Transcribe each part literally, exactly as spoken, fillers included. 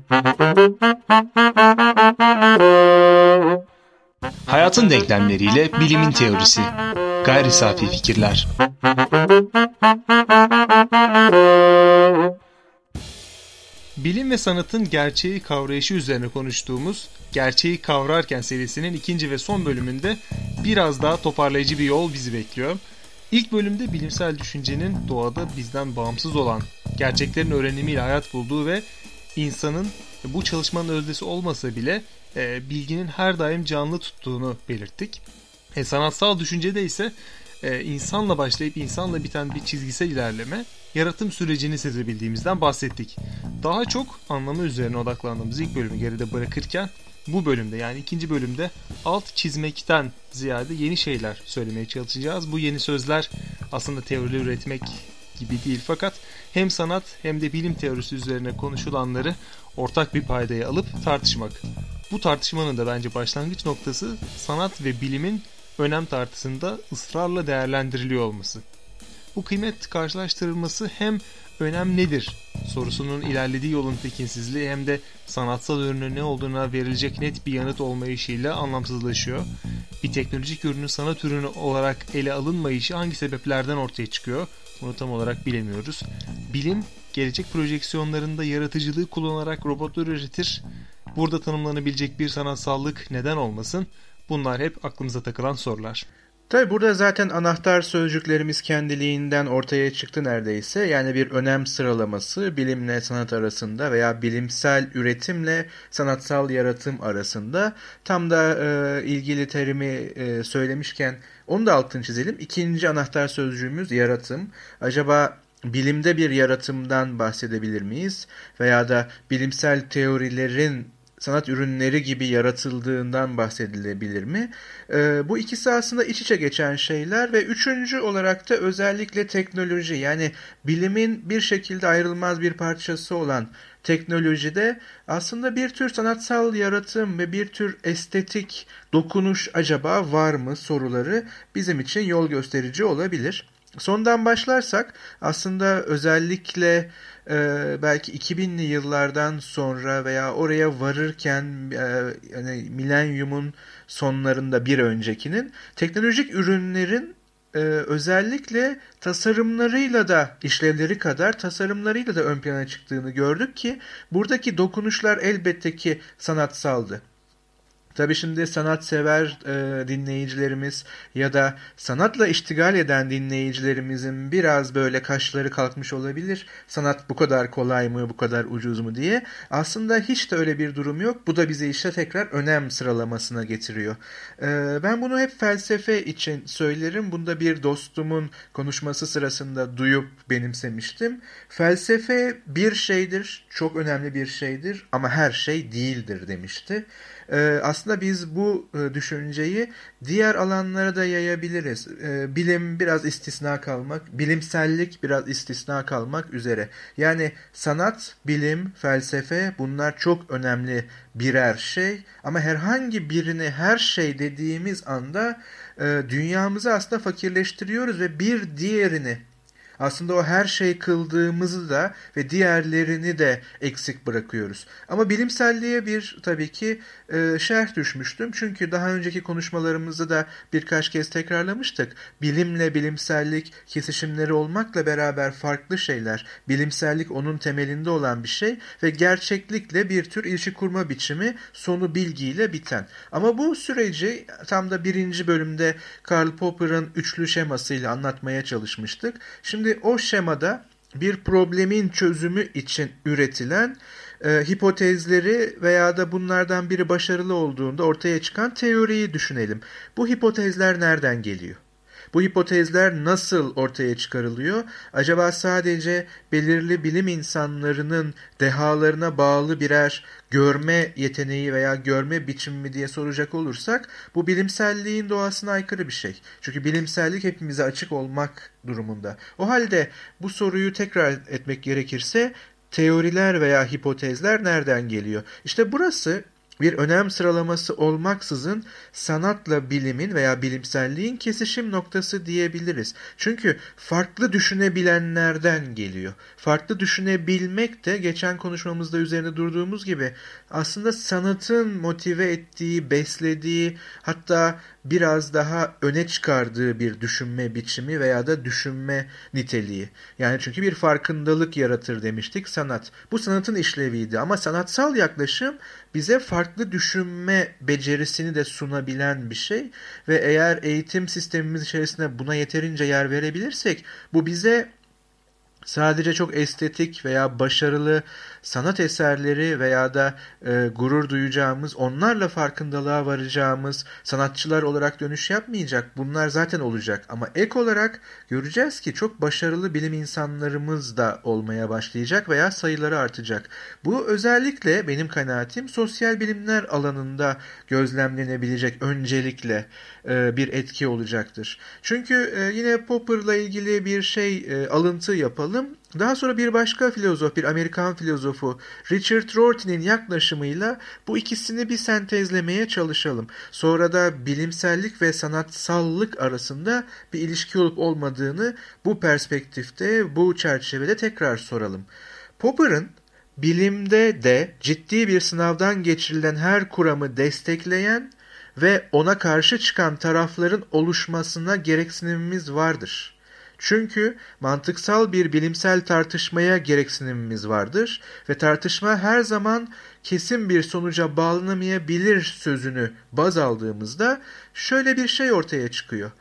Hayatın denklemleriyle bilimin teorisi. Gayri safi fikirler. Bilim ve sanatın gerçeği kavrayışı üzerine konuştuğumuz Gerçeği Kavrarken serisinin ikinci ve son bölümünde biraz daha toparlayıcı bir yol bizi bekliyor. İlk bölümde bilimsel düşüncenin doğada bizden bağımsız olan, gerçeklerin öğrenimiyle hayat bulduğu ve insanın bu çalışmanın öznesi olmasa bile e, bilginin her daim canlı tuttuğunu belirttik. E, sanatsal düşüncede ise e, insanla başlayıp insanla biten bir çizgisel ilerleme, yaratım sürecini sezebildiğimizden bahsettik. Daha çok anlamı üzerine odaklandığımız ilk bölümü geride bırakırken bu bölümde, yani ikinci bölümde alt çizmekten ziyade yeni şeyler söylemeye çalışacağız. Bu yeni sözler aslında teoriler üretmek gibi değil, fakat hem sanat hem de bilim teorisi üzerine konuşulanları ortak bir paydaya alıp tartışmak. Bu tartışmanın da bence başlangıç noktası sanat ve bilimin önem tartısında ısrarla değerlendiriliyor olması. Bu kıymet karşılaştırılması hem önem nedir sorusunun ilerlediği yolun tekinsizliği hem de sanatsal ürünün ne olduğuna verilecek net bir yanıt olmayışıyla anlamsızlaşıyor. Bir teknolojik ürünün sanat ürünü olarak ele alınmayışı hangi sebeplerden ortaya çıkıyor? Bunu tam olarak bilemiyoruz. Bilim, gelecek projeksiyonlarında yaratıcılığı kullanarak robotlar üretir. Burada tanımlanabilecek bir sanatsallık neden olmasın? Bunlar hep aklımıza takılan sorular. Tabi burada zaten anahtar sözcüklerimiz kendiliğinden ortaya çıktı neredeyse. Yani bir önem sıralaması bilimle sanat arasında veya bilimsel üretimle sanatsal yaratım arasında. Tam da e, ilgili terimi e, söylemişken onu da altını çizelim. İkinci anahtar sözcüğümüz yaratım. Acaba bilimde bir yaratımdan bahsedebilir miyiz? Veya da bilimsel teorilerin sanat ürünleri gibi yaratıldığından bahsedilebilir mi? Ee, bu ikisi aslında iç içe geçen şeyler ve üçüncü olarak da özellikle teknoloji, yani bilimin bir şekilde ayrılmaz bir parçası olan teknolojide aslında bir tür sanatsal yaratım ve bir tür estetik dokunuş acaba var mı soruları bizim için yol gösterici olabilir. Sondan başlarsak aslında özellikle e, belki iki binli yıllardan sonra veya oraya varırken e, yani milenyumun sonlarında bir öncekinin teknolojik ürünlerin e, özellikle tasarımlarıyla da işlevleri kadar tasarımlarıyla da ön plana çıktığını gördük ki buradaki dokunuşlar elbette ki sanatsaldı. Tabii şimdi sanatsever e, dinleyicilerimiz ya da sanatla iştigal eden dinleyicilerimizin biraz böyle kaşları kalkmış olabilir. Sanat bu kadar kolay mı, bu kadar ucuz mu diye. Aslında hiç de öyle bir durum yok. Bu da bizi işte tekrar önem sıralamasına getiriyor. E, ben bunu hep felsefe için söylerim. Bunda bir dostumun konuşması sırasında duyup benimsemiştim. Felsefe bir şeydir, çok önemli bir şeydir ama her şey değildir demişti. Ee, aslında biz bu e, düşünceyi diğer alanlara da yayabiliriz. Ee, bilim biraz istisna kalmak, bilimsellik biraz istisna kalmak üzere. Yani sanat, bilim, felsefe bunlar çok önemli birer şey. Ama herhangi birini her şey dediğimiz anda e, dünyamızı aslında fakirleştiriyoruz ve bir diğerini, aslında o her şey kıldığımızı da ve diğerlerini de eksik bırakıyoruz. Ama bilimselliğe bir tabii ki e, şerh düşmüştüm. Çünkü daha önceki konuşmalarımızda da birkaç kez tekrarlamıştık. Bilimle bilimsellik kesişimleri olmakla beraber farklı şeyler. Bilimsellik onun temelinde olan bir şey ve gerçeklikle bir tür ilişki kurma biçimi, sonu bilgiyle biten. Ama bu süreci tam da birinci bölümde Karl Popper'ın üçlü şemasıyla anlatmaya çalışmıştık. Şimdi o şemada bir problemin çözümü için üretilen e, hipotezleri veya da bunlardan biri başarılı olduğunda ortaya çıkan teoriyi düşünelim. Bu hipotezler nereden geliyor? Bu hipotezler nasıl ortaya çıkarılıyor? Acaba sadece belirli bilim insanlarının dehalarına bağlı birer görme yeteneği veya görme biçimi diye soracak olursak bu bilimselliğin doğasına aykırı bir şey. Çünkü bilimsellik hepimize açık olmak durumunda. O halde bu soruyu tekrar etmek gerekirse teoriler veya hipotezler nereden geliyor? İşte burası bir önem sıralaması olmaksızın sanatla bilimin veya bilimselliğin kesişim noktası diyebiliriz. Çünkü farklı düşünebilenlerden geliyor. Farklı düşünebilmek de geçen konuşmamızda üzerine durduğumuz gibi aslında sanatın motive ettiği, beslediği, hatta biraz daha öne çıkardığı bir düşünme biçimi veya da düşünme niteliği. Yani çünkü bir farkındalık yaratır demiştik sanat. Bu sanatın işleviydi ama sanatsal yaklaşım bize farklı düşünme becerisini de sunabilen bir şey ve eğer eğitim sistemimiz içerisinde buna yeterince yer verebilirsek bu bize sadece çok estetik veya başarılı sanat eserleri veya da e, gurur duyacağımız, onlarla farkındalığa varacağımız sanatçılar olarak dönüş yapmayacak. Bunlar zaten olacak ama ek olarak göreceğiz ki çok başarılı bilim insanlarımız da olmaya başlayacak veya sayıları artacak. Bu özellikle benim kanaatim sosyal bilimler alanında gözlemlenebilecek öncelikle e, bir etki olacaktır. Çünkü e, yine Popper'la ilgili bir şey e, alıntı yapalım. Daha sonra bir başka filozof, bir Amerikan filozofu Richard Rorty'nin yaklaşımıyla bu ikisini bir sentezlemeye çalışalım. Sonra da bilimsellik ve sanatsallık arasında bir ilişki olup olmadığını bu perspektifte, bu çerçevede tekrar soralım. Popper'ın bilimde de ciddi bir sınavdan geçirilen her kuramı destekleyen ve ona karşı çıkan tarafların oluşmasına gereksinimimiz vardır. Çünkü mantıksal bir bilimsel tartışmaya gereksinimimiz vardır ve tartışma her zaman kesin bir sonuca bağlanamayabilir sözünü baz aldığımızda şöyle bir şey ortaya çıkıyor.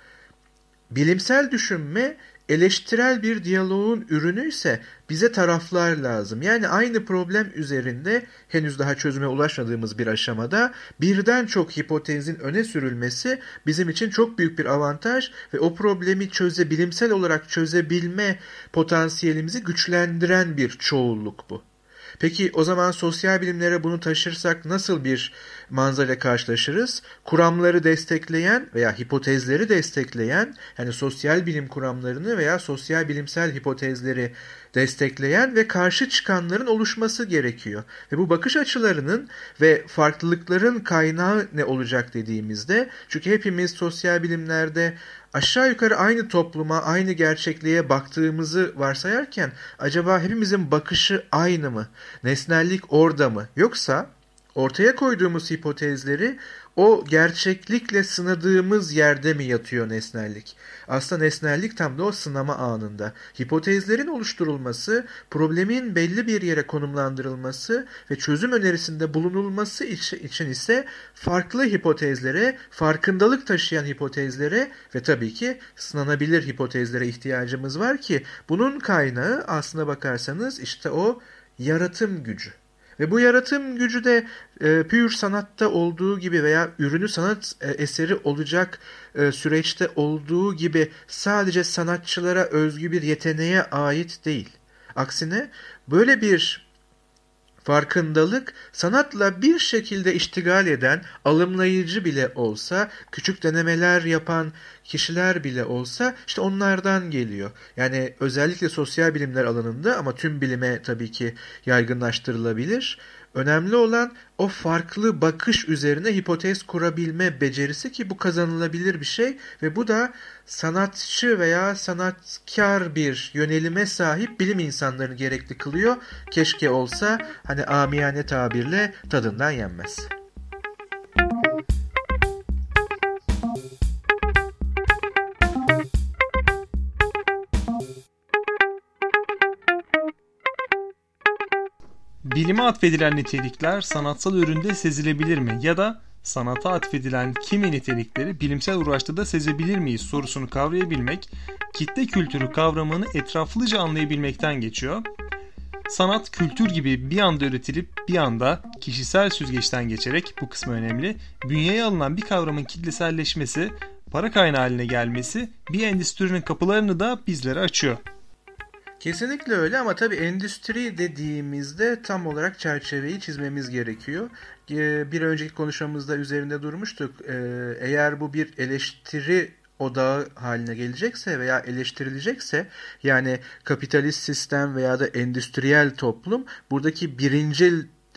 Bilimsel düşünme eleştirel bir diyaloğun ürünü ise bize taraflar lazım. Yani aynı problem üzerinde henüz daha çözüme ulaşmadığımız bir aşamada birden çok hipotezin öne sürülmesi bizim için çok büyük bir avantaj ve o problemi çöze, bilimsel olarak çözebilme potansiyelimizi güçlendiren bir çoğulluk bu. Peki o zaman sosyal bilimlere bunu taşırsak nasıl bir manzara karşılaşırız? Kuramları destekleyen veya hipotezleri destekleyen, yani sosyal bilim kuramlarını veya sosyal bilimsel hipotezleri destekleyen ve karşı çıkanların oluşması gerekiyor. Ve bu bakış açılarının ve farklılıkların kaynağı ne olacak dediğimizde, çünkü hepimiz sosyal bilimlerde aşağı yukarı aynı topluma, aynı gerçekliğe baktığımızı varsayarken acaba hepimizin bakışı aynı mı? Nesnellik orada mı? Yoksa ortaya koyduğumuz hipotezleri o gerçeklikle sınadığımız yerde mi yatıyor nesnellik? Aslında nesnellik tam da o sınama anında. Hipotezlerin oluşturulması, problemin belli bir yere konumlandırılması ve çözüm önerisinde bulunulması için ise farklı hipotezlere, farkındalık taşıyan hipotezlere ve tabii ki sınanabilir hipotezlere ihtiyacımız var ki bunun kaynağı aslına bakarsanız işte o yaratım gücü. Ve bu yaratım gücü de e, pür sanatta olduğu gibi veya ürünü sanat e, eseri olacak e, süreçte olduğu gibi sadece sanatçılara özgü bir yeteneğe ait değil. Aksine böyle bir farkındalık sanatla bir şekilde iştigal eden, alımlayıcı bile olsa, küçük denemeler yapan kişiler bile olsa işte onlardan geliyor. Yani özellikle sosyal bilimler alanında ama tüm bilime tabii ki yaygınlaştırılabilir. Önemli olan o farklı bakış üzerine hipotez kurabilme becerisi ki bu kazanılabilir bir şey ve bu da sanatçı veya sanatkar bir yönelime sahip bilim insanlarını gerekli kılıyor. Keşke olsa hani amiyane tabirle tadından yenmez. Bilime atfedilen nitelikler sanatsal üründe sezilebilir mi? Ya da sanata atfedilen kimi nitelikleri bilimsel uğraşta da sezebilir miyiz sorusunu kavrayabilmek, kitle kültürü kavramını etraflıca anlayabilmekten geçiyor. Sanat, kültür gibi bir anda üretilip bir anda kişisel süzgeçten geçerek, bu kısmı önemli, bünyeye alınan bir kavramın kitleselleşmesi, para kaynağı haline gelmesi bir endüstrinin kapılarını da bizlere açıyor. Kesinlikle öyle ama tabii endüstri dediğimizde tam olarak çerçeveyi çizmemiz gerekiyor. Bir önceki konuşmamızda üzerinde durmuştuk. Eğer bu bir eleştiri odağı haline gelecekse veya eleştirilecekse, yani kapitalist sistem veya da endüstriyel toplum buradaki birincil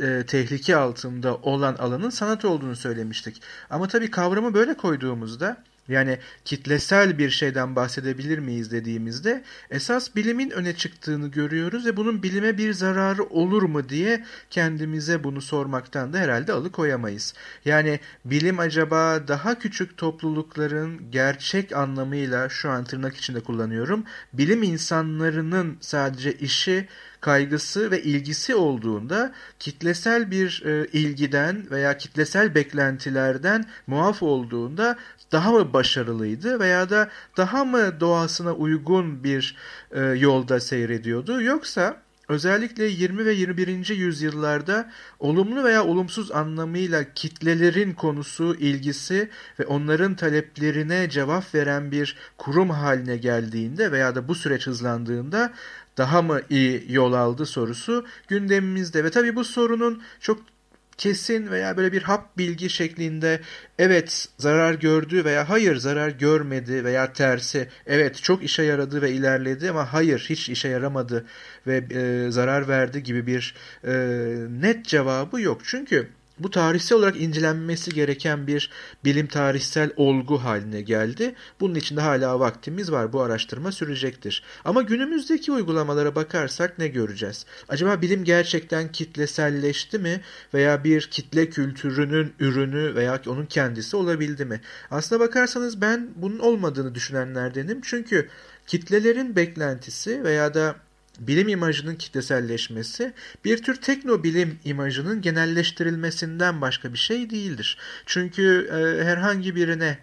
e, tehlike altında olan alanın sanat olduğunu söylemiştik. Ama tabii kavramı böyle koyduğumuzda, yani kitlesel bir şeyden bahsedebilir miyiz dediğimizde esas bilimin öne çıktığını görüyoruz ve bunun bilime bir zararı olur mu diye kendimize bunu sormaktan da herhalde alıkoyamayız. Yani bilim acaba daha küçük toplulukların gerçek anlamıyla, şu an tırnak içinde kullanıyorum, bilim insanlarının sadece işi, kaygısı ve ilgisi olduğunda kitlesel bir e, ilgiden veya kitlesel beklentilerden muaf olduğunda daha mı başarılıydı veya da daha mı doğasına uygun bir e, yolda seyrediyordu, yoksa özellikle yirmi ve yirmi birinci yüzyıllarda olumlu veya olumsuz anlamıyla kitlelerin konusu, ilgisi ve onların taleplerine cevap veren bir kurum haline geldiğinde veya da bu süreç hızlandığında daha mı iyi yol aldı sorusu gündemimizde. Ve tabii bu sorunun çok kesin veya böyle bir hap bilgi şeklinde evet zarar gördü veya hayır zarar görmedi veya tersi evet çok işe yaradı ve ilerledi ama hayır hiç işe yaramadı ve e, zarar verdi gibi bir e, net cevabı yok. Çünkü bu tarihsel olarak incelenmesi gereken bir bilim tarihsel olgu haline geldi. Bunun için de hala vaktimiz var. Bu araştırma sürecektir. Ama günümüzdeki uygulamalara bakarsak ne göreceğiz? Acaba bilim gerçekten kitleselleşti mi? Veya bir kitle kültürünün ürünü veya onun kendisi olabildi mi? Aslına bakarsanız ben bunun olmadığını düşünenlerdenim. Çünkü kitlelerin beklentisi veya da bilim imajının kitleselleşmesi bir tür teknobilim imajının genelleştirilmesinden başka bir şey değildir. Çünkü e, herhangi birine,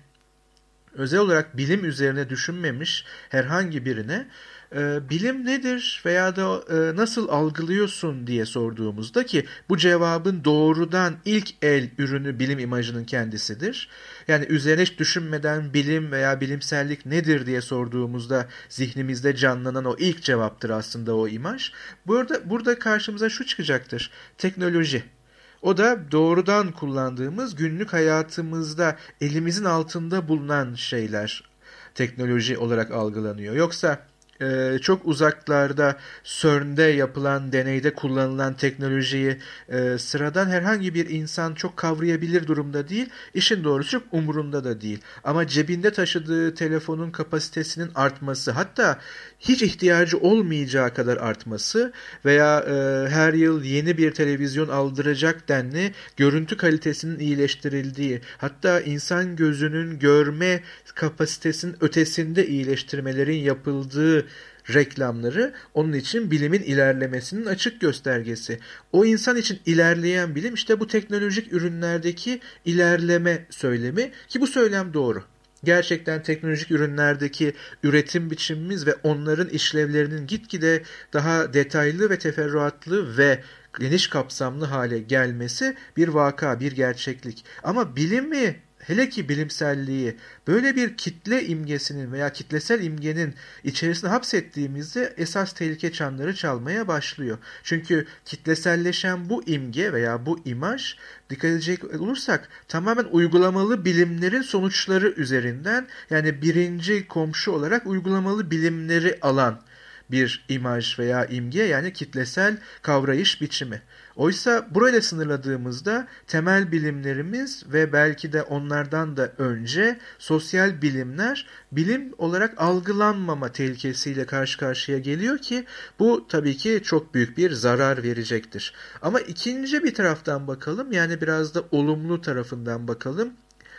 özel olarak bilim üzerine düşünmemiş herhangi birine e, bilim nedir veya da e, nasıl algılıyorsun diye sorduğumuzda, ki bu cevabın doğrudan ilk el ürünü bilim imajının kendisidir. Yani üzerine hiç düşünmeden bilim veya bilimsellik nedir diye sorduğumuzda zihnimizde canlanan o ilk cevaptır aslında o imaj. Burada, burada karşımıza şu çıkacaktır: teknoloji. O da doğrudan kullandığımız, günlük hayatımızda elimizin altında bulunan şeyler teknoloji olarak algılanıyor. Yoksa Ee, çok uzaklarda CERN'de yapılan deneyde kullanılan teknolojiyi e, sıradan herhangi bir insan çok kavrayabilir durumda değil. İşin doğrusu çok umurunda da değil. Ama cebinde taşıdığı telefonun kapasitesinin artması, hatta hiç ihtiyacı olmayacağı kadar artması veya e, her yıl yeni bir televizyon aldıracak denli görüntü kalitesinin iyileştirildiği, hatta insan gözünün görme kapasitesinin ötesinde iyileştirmelerin yapıldığı reklamları onun için bilimin ilerlemesinin açık göstergesi. O insan için ilerleyen bilim işte bu teknolojik ürünlerdeki ilerleme söylemi, ki bu söylem doğru. Gerçekten teknolojik ürünlerdeki üretim biçimimiz ve onların işlevlerinin gitgide daha detaylı ve teferruatlı ve geniş kapsamlı hale gelmesi bir vaka, bir gerçeklik. Ama bilimi, hele ki bilimselliği böyle bir kitle imgesinin veya kitlesel imgenin içerisine hapsettiğimizde esas tehlike çanları çalmaya başlıyor. Çünkü kitleselleşen bu imge veya bu imaj, dikkat edecek olursak, tamamen uygulamalı bilimlerin sonuçları üzerinden, yani birinci komşu olarak uygulamalı bilimleri alan bir imaj veya imge, yani kitlesel kavrayış biçimi. Oysa burayla sınırladığımızda temel bilimlerimiz ve belki de onlardan da önce sosyal bilimler bilim olarak algılanmama tehlikesiyle karşı karşıya geliyor ki bu tabii ki çok büyük bir zarar verecektir. Ama ikinci bir taraftan bakalım, yani biraz da olumlu tarafından bakalım.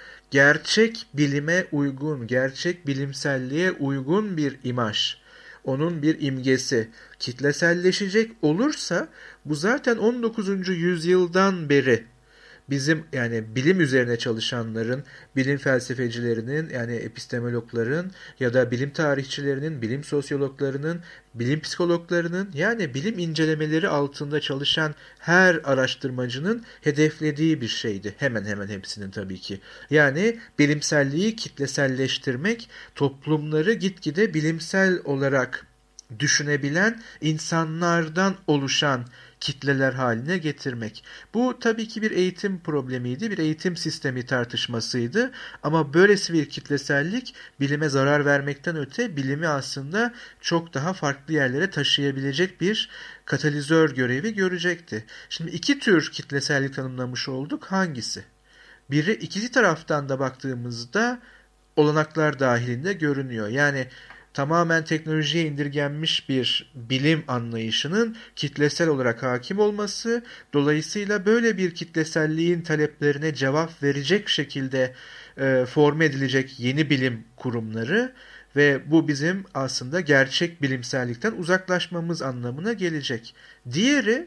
Gerçek bilime uygun, gerçek bilimselliğe uygun bir imaj, onun bir imgesi kitleselleşecek olursa, bu zaten on dokuzuncu yüzyıldan beri bizim, yani bilim üzerine çalışanların, bilim felsefecilerinin, yani epistemologların ya da bilim tarihçilerinin, bilim sosyologlarının, bilim psikologlarının, yani bilim incelemeleri altında çalışan her araştırmacının hedeflediği bir şeydi. Hemen hemen hepsinin tabii ki. Yani bilimselliği kitleselleştirmek, toplumları gitgide bilimsel olarak düşünebilen insanlardan oluşan kitleler haline getirmek. Bu tabii ki bir eğitim problemiydi, bir eğitim sistemi tartışmasıydı ama böylesi bir kitlesellik bilime zarar vermekten öte bilimi aslında çok daha farklı yerlere taşıyabilecek bir katalizör görevi görecekti. Şimdi iki tür kitlesellik tanımlamış olduk. Hangisi? Biri ikisi taraftan da baktığımızda olanaklar dahilinde görünüyor. Yani tamamen teknolojiye indirgenmiş bir bilim anlayışının kitlesel olarak hakim olması, dolayısıyla böyle bir kitleselliğin taleplerine cevap verecek şekilde e, form edilecek yeni bilim kurumları ve bu bizim aslında gerçek bilimsellikten uzaklaşmamız anlamına gelecek. Diğeri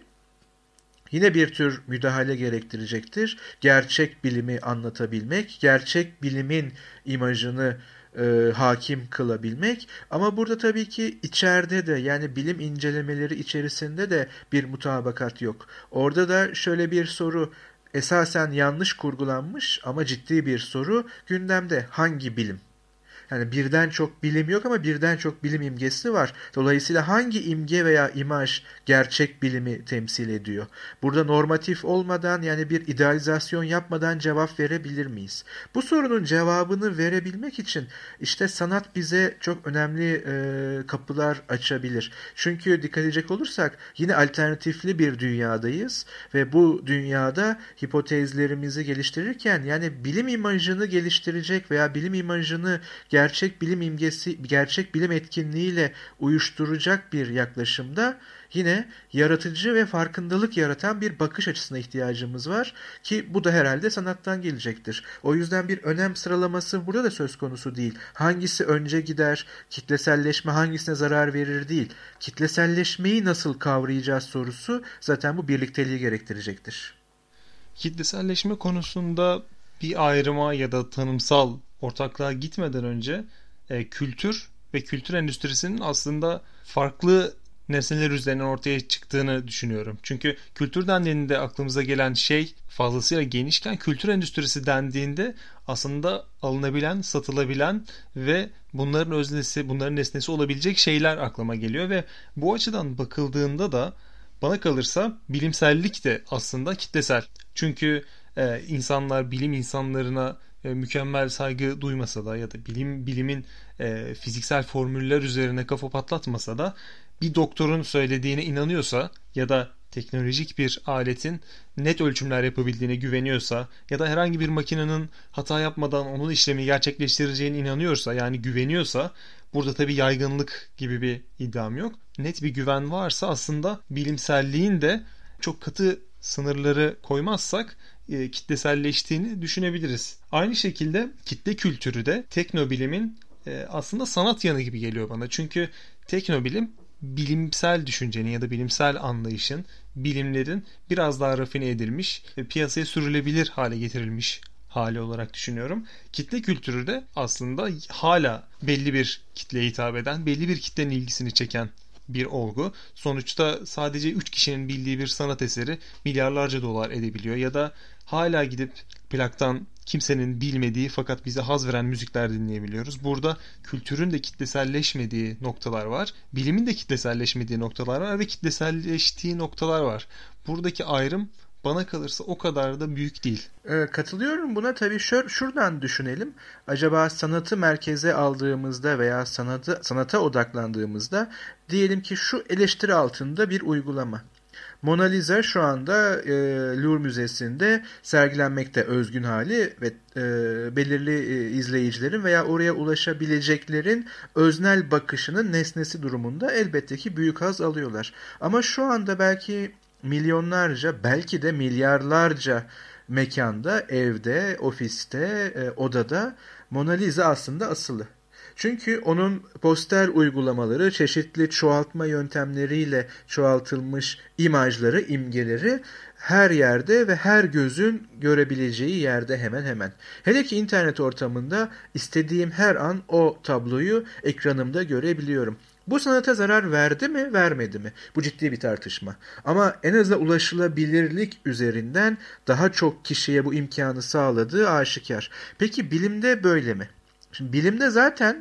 yine bir tür müdahale gerektirecektir. Gerçek bilimi anlatabilmek, gerçek bilimin imajını e, hakim kılabilmek. Ama burada tabii ki içeride de, yani bilim incelemeleri içerisinde de bir mutabakat yok. Orada da şöyle bir soru, esasen yanlış kurgulanmış ama ciddi bir soru gündemde: hangi bilim? Yani birden çok bilim yok ama birden çok bilim imgesi var. Dolayısıyla hangi imge veya imaj gerçek bilimi temsil ediyor? Burada normatif olmadan, yani bir idealizasyon yapmadan cevap verebilir miyiz? Bu sorunun cevabını verebilmek için işte sanat bize çok önemli e, kapılar açabilir. Çünkü dikkat edecek olursak yine alternatifli bir dünyadayız ve bu dünyada hipotezlerimizi geliştirirken, yani bilim imajını geliştirecek veya bilim imajını gerçek bilim imgesi, gerçek bilim etkinliğiyle uyuşturacak bir yaklaşımda yine yaratıcı ve farkındalık yaratan bir bakış açısına ihtiyacımız var ki bu da herhalde sanattan gelecektir. O yüzden bir önem sıralaması burada da söz konusu değil. Hangisi önce gider, kitleselleşme hangisine zarar verir değil. Kitleselleşmeyi nasıl kavrayacağız sorusu zaten bu birlikteliği gerektirecektir. Kitleselleşme konusunda bir ayrıma ya da tanımsal ortaklığa gitmeden önce e, kültür ve kültür endüstrisinin aslında farklı nesneler üzerinden ortaya çıktığını düşünüyorum. Çünkü kültür dendiğinde aklımıza gelen şey fazlasıyla genişken, kültür endüstrisi dendiğinde aslında alınabilen, satılabilen ve bunların öznesi, bunların nesnesi olabilecek şeyler aklıma geliyor ve bu açıdan bakıldığında da bana kalırsa bilimsellik de aslında kitlesel. Çünkü e, insanlar bilim insanlarına e, mükemmel saygı duymasa da ya da bilim bilimin e, fiziksel formüller üzerine kafa patlatmasa da bir doktorun söylediğine inanıyorsa ya da teknolojik bir aletin net ölçümler yapabildiğine güveniyorsa ya da herhangi bir makinenin hata yapmadan onun işlemi gerçekleştireceğine inanıyorsa, yani güveniyorsa, burada tabii yaygınlık gibi bir iddiam yok. Net bir güven varsa aslında bilimselliğin de çok katı sınırları koymazsak e, kitleselleştiğini düşünebiliriz. Aynı şekilde kitle kültürü de teknobilimin e, aslında sanat yanı gibi geliyor bana. Çünkü teknobilim bilimsel düşüncenin ya da bilimsel anlayışın, bilimlerin biraz daha rafine edilmiş ve piyasaya sürülebilir hale getirilmiş hali olarak düşünüyorum. Kitle kültürü de aslında hala belli bir kitleye hitap eden, belli bir kitlenin ilgisini çeken bir olgu. Sonuçta sadece üç kişinin bildiği bir sanat eseri milyarlarca dolar edebiliyor ya da hala gidip plaktan kimsenin bilmediği fakat bize haz veren müzikler dinleyebiliyoruz. Burada kültürün de kitleselleşmediği noktalar var. Bilimin de kitleselleşmediği noktalar var ve kitleselleştiği noktalar var. Buradaki ayrım bana kalırsa o kadar da büyük değil. Ee, katılıyorum buna. Tabii şur şuradan düşünelim. Acaba sanatı merkeze aldığımızda veya sanatı, sanata odaklandığımızda diyelim ki şu eleştiri altında bir uygulama. Mona Lisa şu anda e, Louvre Müzesi'nde sergilenmekte özgün hali ve e, belirli e, izleyicilerin veya oraya ulaşabileceklerin öznel bakışının nesnesi durumunda elbette ki büyük haz alıyorlar. Ama şu anda belki milyonlarca, belki de milyarlarca mekanda, evde, ofiste, e, odada Mona Lisa aslında asılı. Çünkü onun poster uygulamaları, çeşitli çoğaltma yöntemleriyle çoğaltılmış imajları, imgeleri her yerde ve her gözün görebileceği yerde hemen hemen. Hele ki internet ortamında istediğim her an o tabloyu ekranımda görebiliyorum. Bu sanata zarar verdi mi, vermedi mi? Bu ciddi bir tartışma. Ama en azından ulaşılabilirlik üzerinden daha çok kişiye bu imkanı sağladığı aşikar. Peki bilimde böyle mi? Şimdi bilimde zaten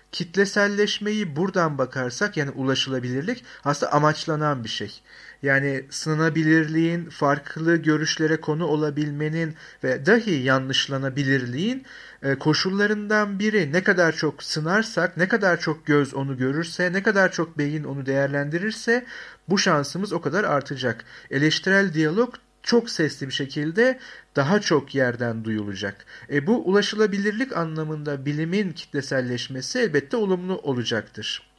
kitleselleşmeyi buradan bakarsak, yani ulaşılabilirlik aslında amaçlanan bir şey. Yani sınanabilirliğin, farklı görüşlere konu olabilmenin ve dahi yanlışlanabilirliğin koşullarından biri. Ne kadar çok sınarsak, ne kadar çok göz onu görürse, ne kadar çok beyin onu değerlendirirse bu şansımız o kadar artacak. Eleştirel diyalog çok sesli bir şekilde daha çok yerden duyulacak. E bu ulaşılabilirlik anlamında bilimin kitleselleşmesi elbette olumlu olacaktır.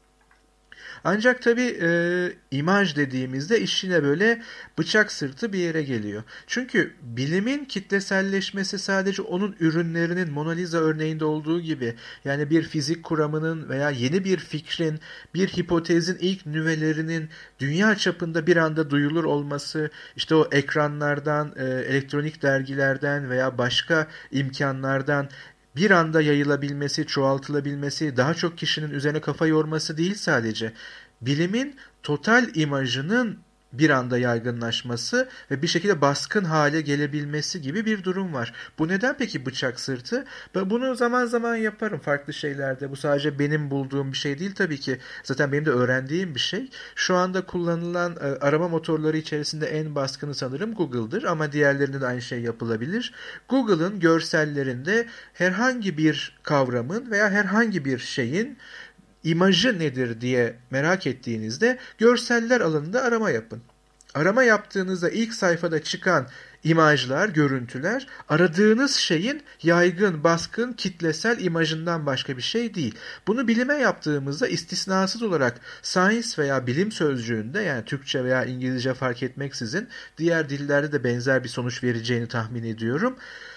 Ancak tabii e, imaj dediğimizde iş yine böyle bıçak sırtı bir yere geliyor. Çünkü bilimin kitleselleşmesi sadece onun ürünlerinin Mona Lisa örneğinde olduğu gibi, yani bir fizik kuramının veya yeni bir fikrin, bir hipotezin ilk nüvelerinin dünya çapında bir anda duyulur olması, işte o ekranlardan, e, elektronik dergilerden veya başka imkanlardan bir anda yayılabilmesi, çoğaltılabilmesi, daha çok kişinin üzerine kafa yorması değil sadece. Bilimin total imajının bir anda yaygınlaşması ve bir şekilde baskın hale gelebilmesi gibi bir durum var. Bu neden peki bıçak sırtı? Ben bunu zaman zaman yaparım farklı şeylerde. Bu sadece benim bulduğum bir şey değil tabii ki. Zaten benim de öğrendiğim bir şey. Şu anda kullanılan e, arama motorları içerisinde en baskını sanırım Google'dır ama diğerlerinde de aynı şey yapılabilir. Google'ın görsellerinde herhangi bir kavramın veya herhangi bir şeyin İmajı nedir diye merak ettiğinizde görseller alanında arama yapın. Arama yaptığınızda ilk sayfada çıkan imajlar, görüntüler aradığınız şeyin yaygın, baskın, kitlesel imajından başka bir şey değil. Bunu bilime yaptığımızda istisnasız olarak science veya bilim sözcüğünde, yani Türkçe veya İngilizce fark etmeksizin diğer dillerde de benzer bir sonuç vereceğini tahmin ediyorum.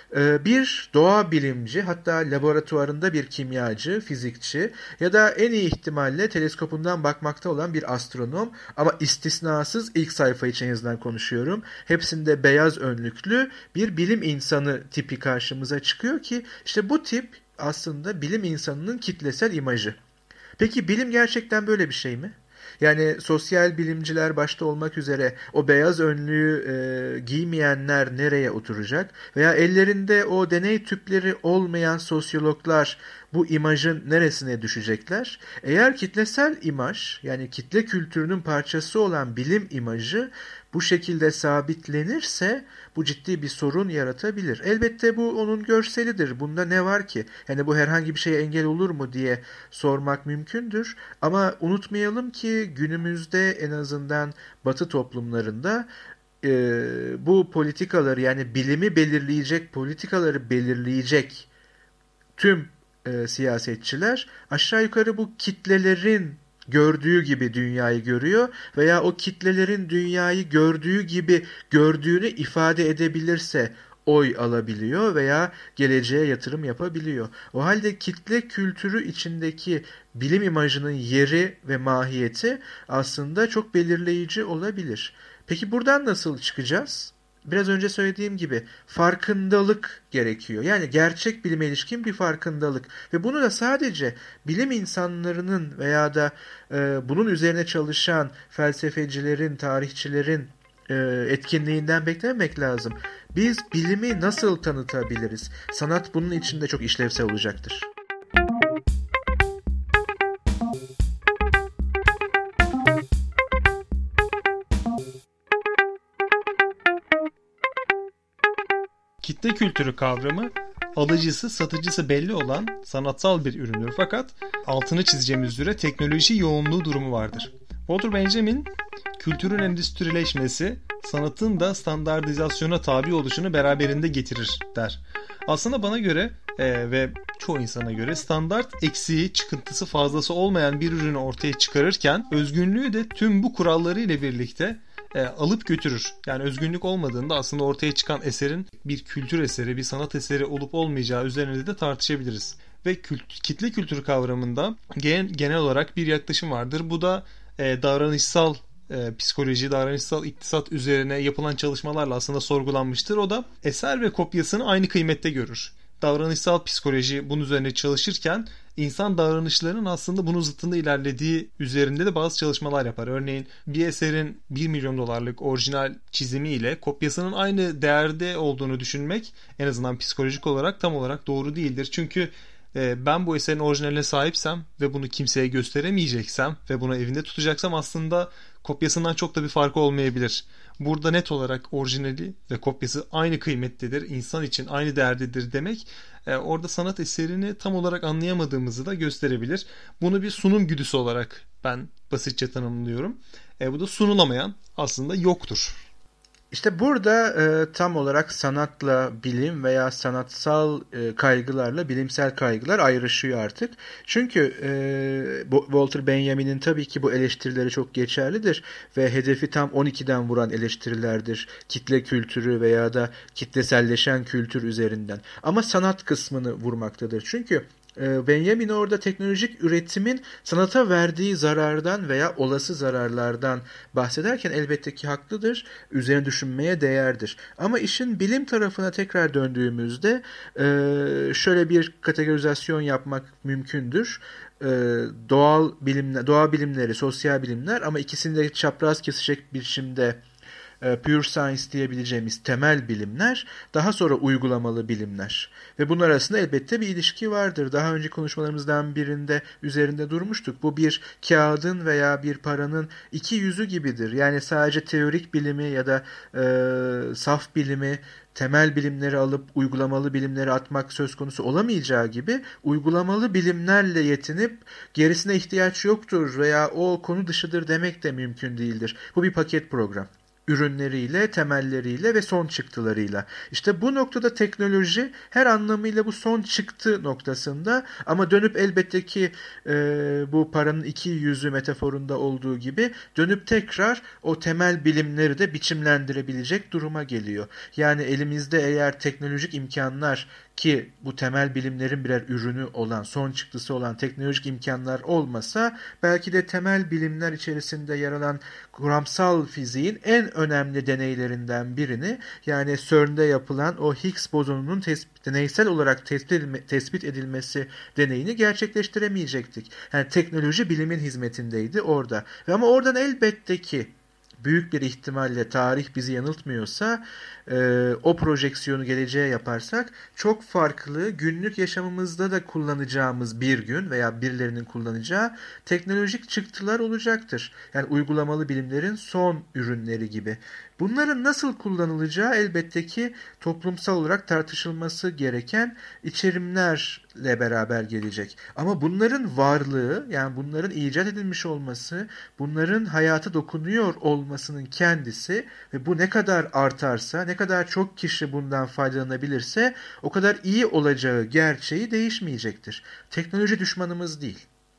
Bir doğa bilimci, hatta laboratuvarında bir kimyacı, fizikçi ya da en iyi ihtimalle teleskopundan bakmakta olan bir astronom, ama istisnasız ilk sayfa için yazılan konuşuyorum, hepsinde beyaz önlüklü bir bilim insanı tipi karşımıza çıkıyor ki işte bu tip aslında bilim insanının kitlesel imajı. Peki bilim gerçekten böyle bir şey mi? Yani sosyal bilimciler başta olmak üzere o beyaz önlüğü e, giymeyenler nereye oturacak? Veya ellerinde o deney tüpleri olmayan sosyologlar bu imajın neresine düşecekler? Eğer kitlesel imaj, yani kitle kültürünün parçası olan bilim imajı bu şekilde sabitlenirse bu ciddi bir sorun yaratabilir. Elbette bu onun görselidir. Bunda ne var ki? Yani bu herhangi bir şeye engel olur mu diye sormak mümkündür. Ama unutmayalım ki günümüzde en azından Batı toplumlarında e, bu politikaları, yani bilimi belirleyecek politikaları belirleyecek tüm e, siyasetçiler aşağı yukarı bu kitlelerin gördüğü gibi dünyayı görüyor veya o kitlelerin dünyayı gördüğü gibi gördüğünü ifade edebilirse oy alabiliyor veya geleceğe yatırım yapabiliyor. O halde kitle kültürü içindeki bilim imajının yeri ve mahiyeti aslında çok belirleyici olabilir. Peki buradan nasıl çıkacağız? Biraz önce söylediğim gibi farkındalık gerekiyor. Yani gerçek bilime ilişkin bir farkındalık. Ve bunu da sadece bilim insanlarının veya da e, bunun üzerine çalışan felsefecilerin, tarihçilerin e, etkinliğinden beklememek lazım. Biz bilimi nasıl tanıtabiliriz? Sanat bunun içinde çok işlevsel olacaktır. Kitle kültürü kavramı alıcısı, satıcısı belli olan sanatsal bir üründür. Fakat altını çizeceğimiz üzere teknoloji yoğunluğu durumu vardır. Walter Benjamin, kültürün endüstrileşmesi sanatın da standartizasyona tabi oluşunu beraberinde getirir der. Aslında bana göre e, ve çoğu insana göre standart eksiği, çıkıntısı fazlası olmayan bir ürünü ortaya çıkarırken özgünlüğü de tüm bu kuralları ile birlikte E, alıp götürür. Yani özgünlük olmadığında aslında ortaya çıkan eserin bir kültür eseri, bir sanat eseri olup olmayacağı üzerine de tartışabiliriz. Ve kült, kitle kültürü kavramında gen, genel olarak bir yaklaşım vardır. Bu da e, davranışsal e, psikoloji, davranışsal iktisat üzerine yapılan çalışmalarla aslında sorgulanmıştır. O da eser ve kopyasını aynı kıymette görür. Davranışsal psikoloji bunun üzerine çalışırken insan davranışlarının aslında bunun zıttında ilerlediği üzerinde de bazı çalışmalar yapar. Örneğin bir eserin bir milyon dolarlık orijinal çizimiyle kopyasının aynı değerde olduğunu düşünmek en azından psikolojik olarak tam olarak doğru değildir. Çünkü e, ben bu eserin orijinaline sahipsem ve bunu kimseye gösteremeyeceksem ve bunu evinde tutacaksam aslında kopyasından çok da bir farkı olmayabilir. Burada net olarak orijinali ve kopyası aynı kıymettedir, insan için aynı değerdedir demek e, orada sanat eserini tam olarak anlayamadığımızı da gösterebilir. Bunu bir sunum güdüsü olarak ben basitçe tanımlıyorum. E, bu da sunulamayan aslında yoktur. İşte burada e, tam olarak sanatla bilim veya sanatsal e, kaygılarla bilimsel kaygılar ayrışıyor artık. Çünkü e, Walter Benjamin'in tabii ki bu eleştirileri çok geçerlidir ve hedefi tam on ikiden vuran eleştirilerdir. Kitle kültürü veya da kitleselleşen kültür üzerinden. Ama sanat kısmını vurmaktadır. Çünkü Benjamin orada teknolojik üretimin sanata verdiği zarardan veya olası zararlardan bahsederken elbette ki haklıdır, üzerine düşünmeye değerdir. Ama işin bilim tarafına tekrar döndüğümüzde şöyle bir kategorizasyon yapmak mümkündür. Doğal bilimler, doğa bilimleri, sosyal bilimler ama ikisini de çapraz kesecek biçimde pure science diyebileceğimiz temel bilimler, daha sonra uygulamalı bilimler. Ve bunlar arasında elbette bir ilişki vardır. Daha önce konuşmalarımızdan birinde üzerinde durmuştuk. Bu bir kağıdın veya bir paranın iki yüzü gibidir. Yani sadece teorik bilimi ya da e, saf bilimi, temel bilimleri alıp uygulamalı bilimleri atmak söz konusu olamayacağı gibi uygulamalı bilimlerle yetinip gerisine ihtiyaç yoktur veya o konu dışıdır demek de mümkün değildir. Bu bir paket program. Ürünleriyle, temelleriyle ve son çıktılarıyla. İşte bu noktada teknoloji her anlamıyla bu son çıktı noktasında ama dönüp elbette ki e, bu paranın iki yüzü metaforunda olduğu gibi dönüp tekrar o temel bilimleri de biçimlendirebilecek duruma geliyor. Yani elimizde eğer teknolojik imkanlar ki bu temel bilimlerin birer ürünü olan, son çıktısı olan teknolojik imkanlar olmasa belki de temel bilimler içerisinde yer alan kuramsal fiziğin en önemli deneylerinden birini yani CERN'de yapılan o Higgs bozonunun tespit, deneysel olarak tespit, tespit edilmesi deneyini gerçekleştiremeyecektik. Yani teknoloji bilimin hizmetindeydi orada. Ve ama oradan elbette ki büyük bir ihtimalle tarih bizi yanıltmıyorsa e, o projeksiyonu geleceğe yaparsak çok farklı günlük yaşamımızda da kullanacağımız bir gün veya birilerinin kullanacağı teknolojik çıktılar olacaktır. Yani uygulamalı bilimlerin son ürünleri gibi. Bunların nasıl kullanılacağı elbette ki toplumsal olarak tartışılması gereken içerimlerle beraber gelecek. Ama bunların varlığı, yani bunların icat edilmiş olması, bunların hayata dokunuyor olmasının kendisi ve bu ne kadar artarsa, ne kadar çok kişi bundan faydalanabilirse o kadar iyi olacağı gerçeği değişmeyecektir. Teknoloji düşmanımız değil.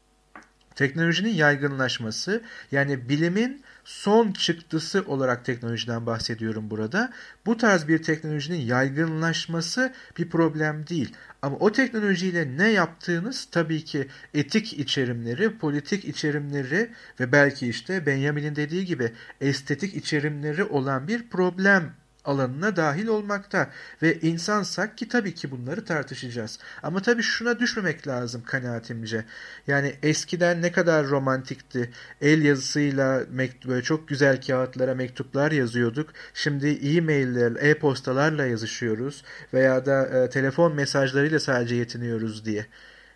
Teknolojinin yaygınlaşması, yani bilimin son çıktısı olarak teknolojiden bahsediyorum burada. Bu tarz bir teknolojinin yaygınlaşması bir problem değil. Ama o teknolojiyle ne yaptığınız tabii ki etik içerimleri, politik içerimleri ve belki işte Benjamin'in dediği gibi estetik içerimleri olan bir problem alanına dahil olmakta ve insansak ki tabii ki bunları tartışacağız. Ama tabii şuna düşmemek lazım kanaatimce. Yani eskiden ne kadar romantikti. El yazısıyla böyle çok güzel kağıtlara mektuplar yazıyorduk. Şimdi e-mailler, e-postalarla yazışıyoruz veya da e, telefon mesajlarıyla sadece yetiniyoruz diye.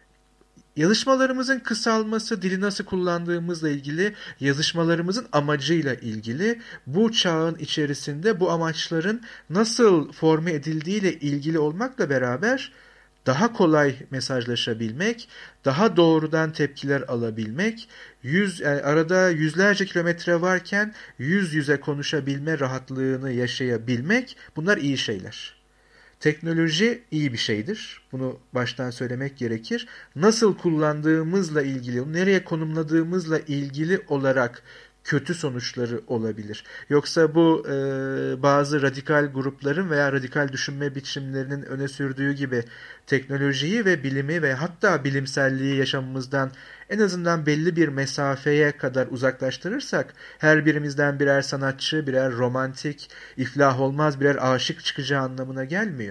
Yazışmalarımızın kısalması, dili nasıl kullandığımızla ilgili, yazışmalarımızın amacıyla ilgili, bu çağın içerisinde bu amaçların nasıl forme edildiğiyle ilgili olmakla beraber daha kolay mesajlaşabilmek, daha doğrudan tepkiler alabilmek, yüz, yani arada yüzlerce kilometre varken yüz yüze konuşabilme rahatlığını yaşayabilmek, bunlar iyi şeyler. Teknoloji iyi bir şeydir. Bunu baştan söylemek gerekir. Nasıl kullandığımızla ilgili, nereye konumladığımızla ilgili olarak kötü sonuçları olabilir. Yoksa bu e, bazı radikal grupların veya radikal düşünme biçimlerinin öne sürdüğü gibi teknolojiyi ve bilimi ve hatta bilimselliği yaşamımızdan en azından belli bir mesafeye kadar uzaklaştırırsak her birimizden birer sanatçı, birer romantik, iflah olmaz birer aşık çıkacağı anlamına gelmiyor.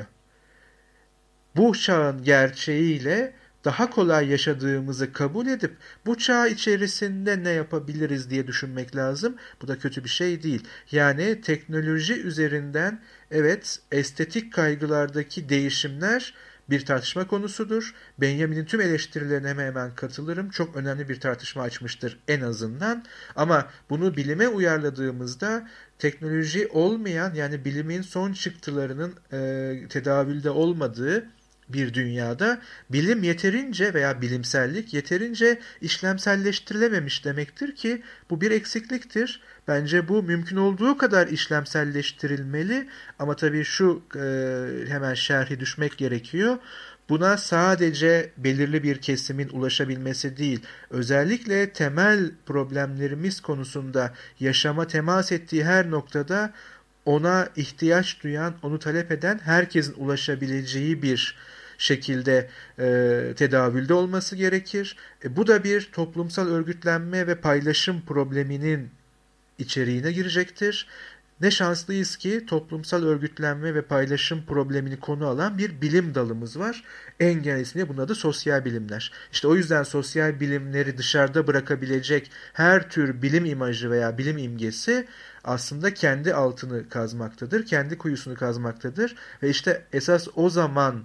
Bu çağın gerçeğiyle daha kolay yaşadığımızı kabul edip bu çağ içerisinde ne yapabiliriz diye düşünmek lazım. Bu da kötü bir şey değil. Yani teknoloji üzerinden evet estetik kaygılardaki değişimler bir tartışma konusudur. Benjamin'in tüm eleştirilerine hemen hemen katılırım. Çok önemli bir tartışma açmıştır en azından. Ama bunu bilime uyarladığımızda teknoloji olmayan, yani bilimin son çıktılarının e, tedavülde olmadığı bir dünyada bilim yeterince veya bilimsellik yeterince işlemselleştirilememiş demektir ki bu bir eksikliktir. Bence bu mümkün olduğu kadar işlemselleştirilmeli ama tabii şu e, hemen şerhi düşmek gerekiyor. Buna sadece belirli bir kesimin ulaşabilmesi değil, özellikle temel problemlerimiz konusunda yaşama temas ettiği her noktada ona ihtiyaç duyan, onu talep eden herkesin ulaşabileceği bir şekilde e, tedavülde olması gerekir. E, bu da bir toplumsal örgütlenme ve paylaşım probleminin içeriğine girecektir. Ne şanslıyız ki toplumsal örgütlenme ve paylaşım problemini konu alan bir bilim dalımız var. En genel ismiyle bunun adı sosyal bilimler. İşte o yüzden sosyal bilimleri dışarıda bırakabilecek her tür bilim imajı veya bilim imgesi aslında kendi altını kazmaktadır, kendi kuyusunu kazmaktadır. Ve işte esas o zaman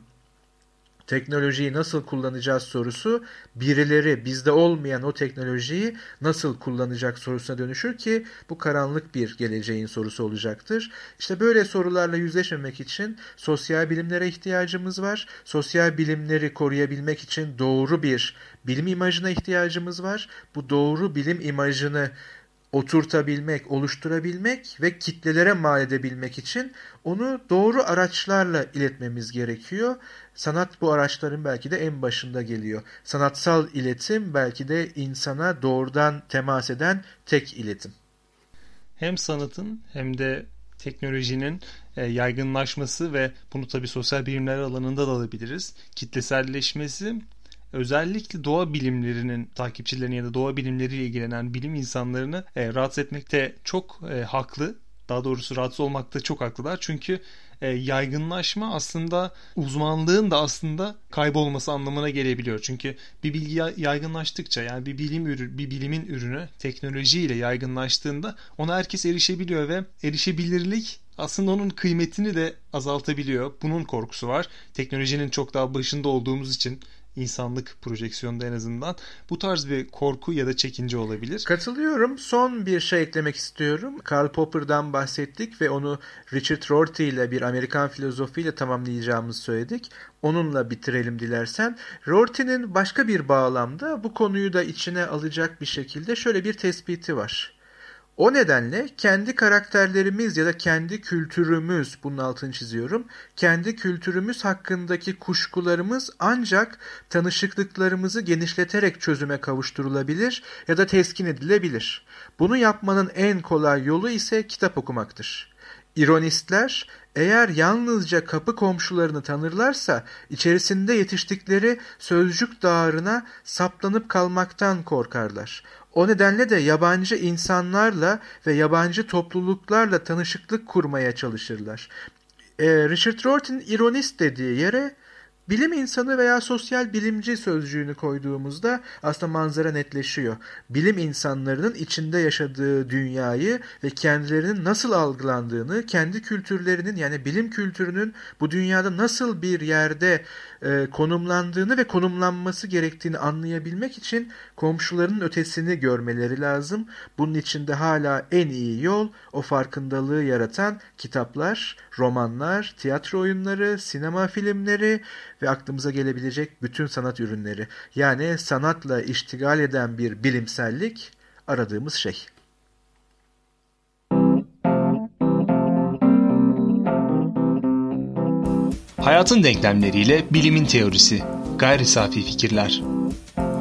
teknolojiyi nasıl kullanacağız sorusu birileri bizde olmayan o teknolojiyi nasıl kullanacak sorusuna dönüşür ki bu karanlık bir geleceğin sorusu olacaktır. İşte böyle sorularla yüzleşmemek için sosyal bilimlere ihtiyacımız var. Sosyal bilimleri koruyabilmek için doğru bir bilim imajına ihtiyacımız var. Bu doğru bilim imajını oturtabilmek, oluşturabilmek ve kitlelere mal edebilmek için onu doğru araçlarla iletmemiz gerekiyor. Sanat bu araçların belki de en başında geliyor. Sanatsal iletim belki de insana doğrudan temas eden tek iletim. Hem sanatın hem de teknolojinin e, yaygınlaşması ve bunu tabii sosyal bilimler alanında da alabiliriz. Kitleselleşmesi özellikle doğa bilimlerinin takipçilerini ya da doğa bilimleriyle ilgilenen bilim insanlarını e, rahatsız etmekte çok e, haklı. Daha doğrusu rahatsız olmakta çok haklılar. Çünkü e, yaygınlaşma aslında uzmanlığın da aslında kaybolması anlamına gelebiliyor. Çünkü bir bilgi yaygınlaştıkça, yani bir bilim ürü, bir bilimin ürünü teknolojiyle yaygınlaştığında ona herkes erişebiliyor ve erişebilirlik aslında onun kıymetini de azaltabiliyor. Bunun korkusu var. Teknolojinin çok daha başında olduğumuz için, insanlık projeksiyonda en azından bu tarz bir korku ya da çekince olabilir. Katılıyorum. Son bir şey eklemek istiyorum. Karl Popper'dan bahsettik ve onu Richard Rorty ile, bir Amerikan filozofiyle tamamlayacağımızı söyledik. Onunla bitirelim dilersen. Rorty'nin başka bir bağlamda bu konuyu da içine alacak bir şekilde şöyle bir tespiti var. O nedenle kendi karakterlerimiz ya da kendi kültürümüz, bunun altını çiziyorum, kendi kültürümüz hakkındaki kuşkularımız ancak tanışıklıklarımızı genişleterek çözüme kavuşturulabilir ya da teskin edilebilir. Bunu yapmanın en kolay yolu ise kitap okumaktır. İronistler eğer yalnızca kapı komşularını tanırlarsa içerisinde yetiştikleri sözcük dağarına saplanıp kalmaktan korkarlar. O nedenle de yabancı insanlarla ve yabancı topluluklarla tanışıklık kurmaya çalışırlar. Ee, Richard Rorty'nin ironist dediği yere bilim insanı veya sosyal bilimci sözcüğünü koyduğumuzda aslında manzara netleşiyor. Bilim insanlarının içinde yaşadığı dünyayı ve kendilerinin nasıl algılandığını, kendi kültürlerinin, yani bilim kültürünün bu dünyada nasıl bir yerde e, konumlandığını ve konumlanması gerektiğini anlayabilmek için komşularının ötesini görmeleri lazım. Bunun için de hala en iyi yol o farkındalığı yaratan kitaplar, romanlar, tiyatro oyunları, sinema filmleri ve aklımıza gelebilecek bütün sanat ürünleri. Yani sanatla iştigal eden bir bilimsellik aradığımız şey. Hayatın denklemleriyle bilimin teorisi. Gayri safi fikirler.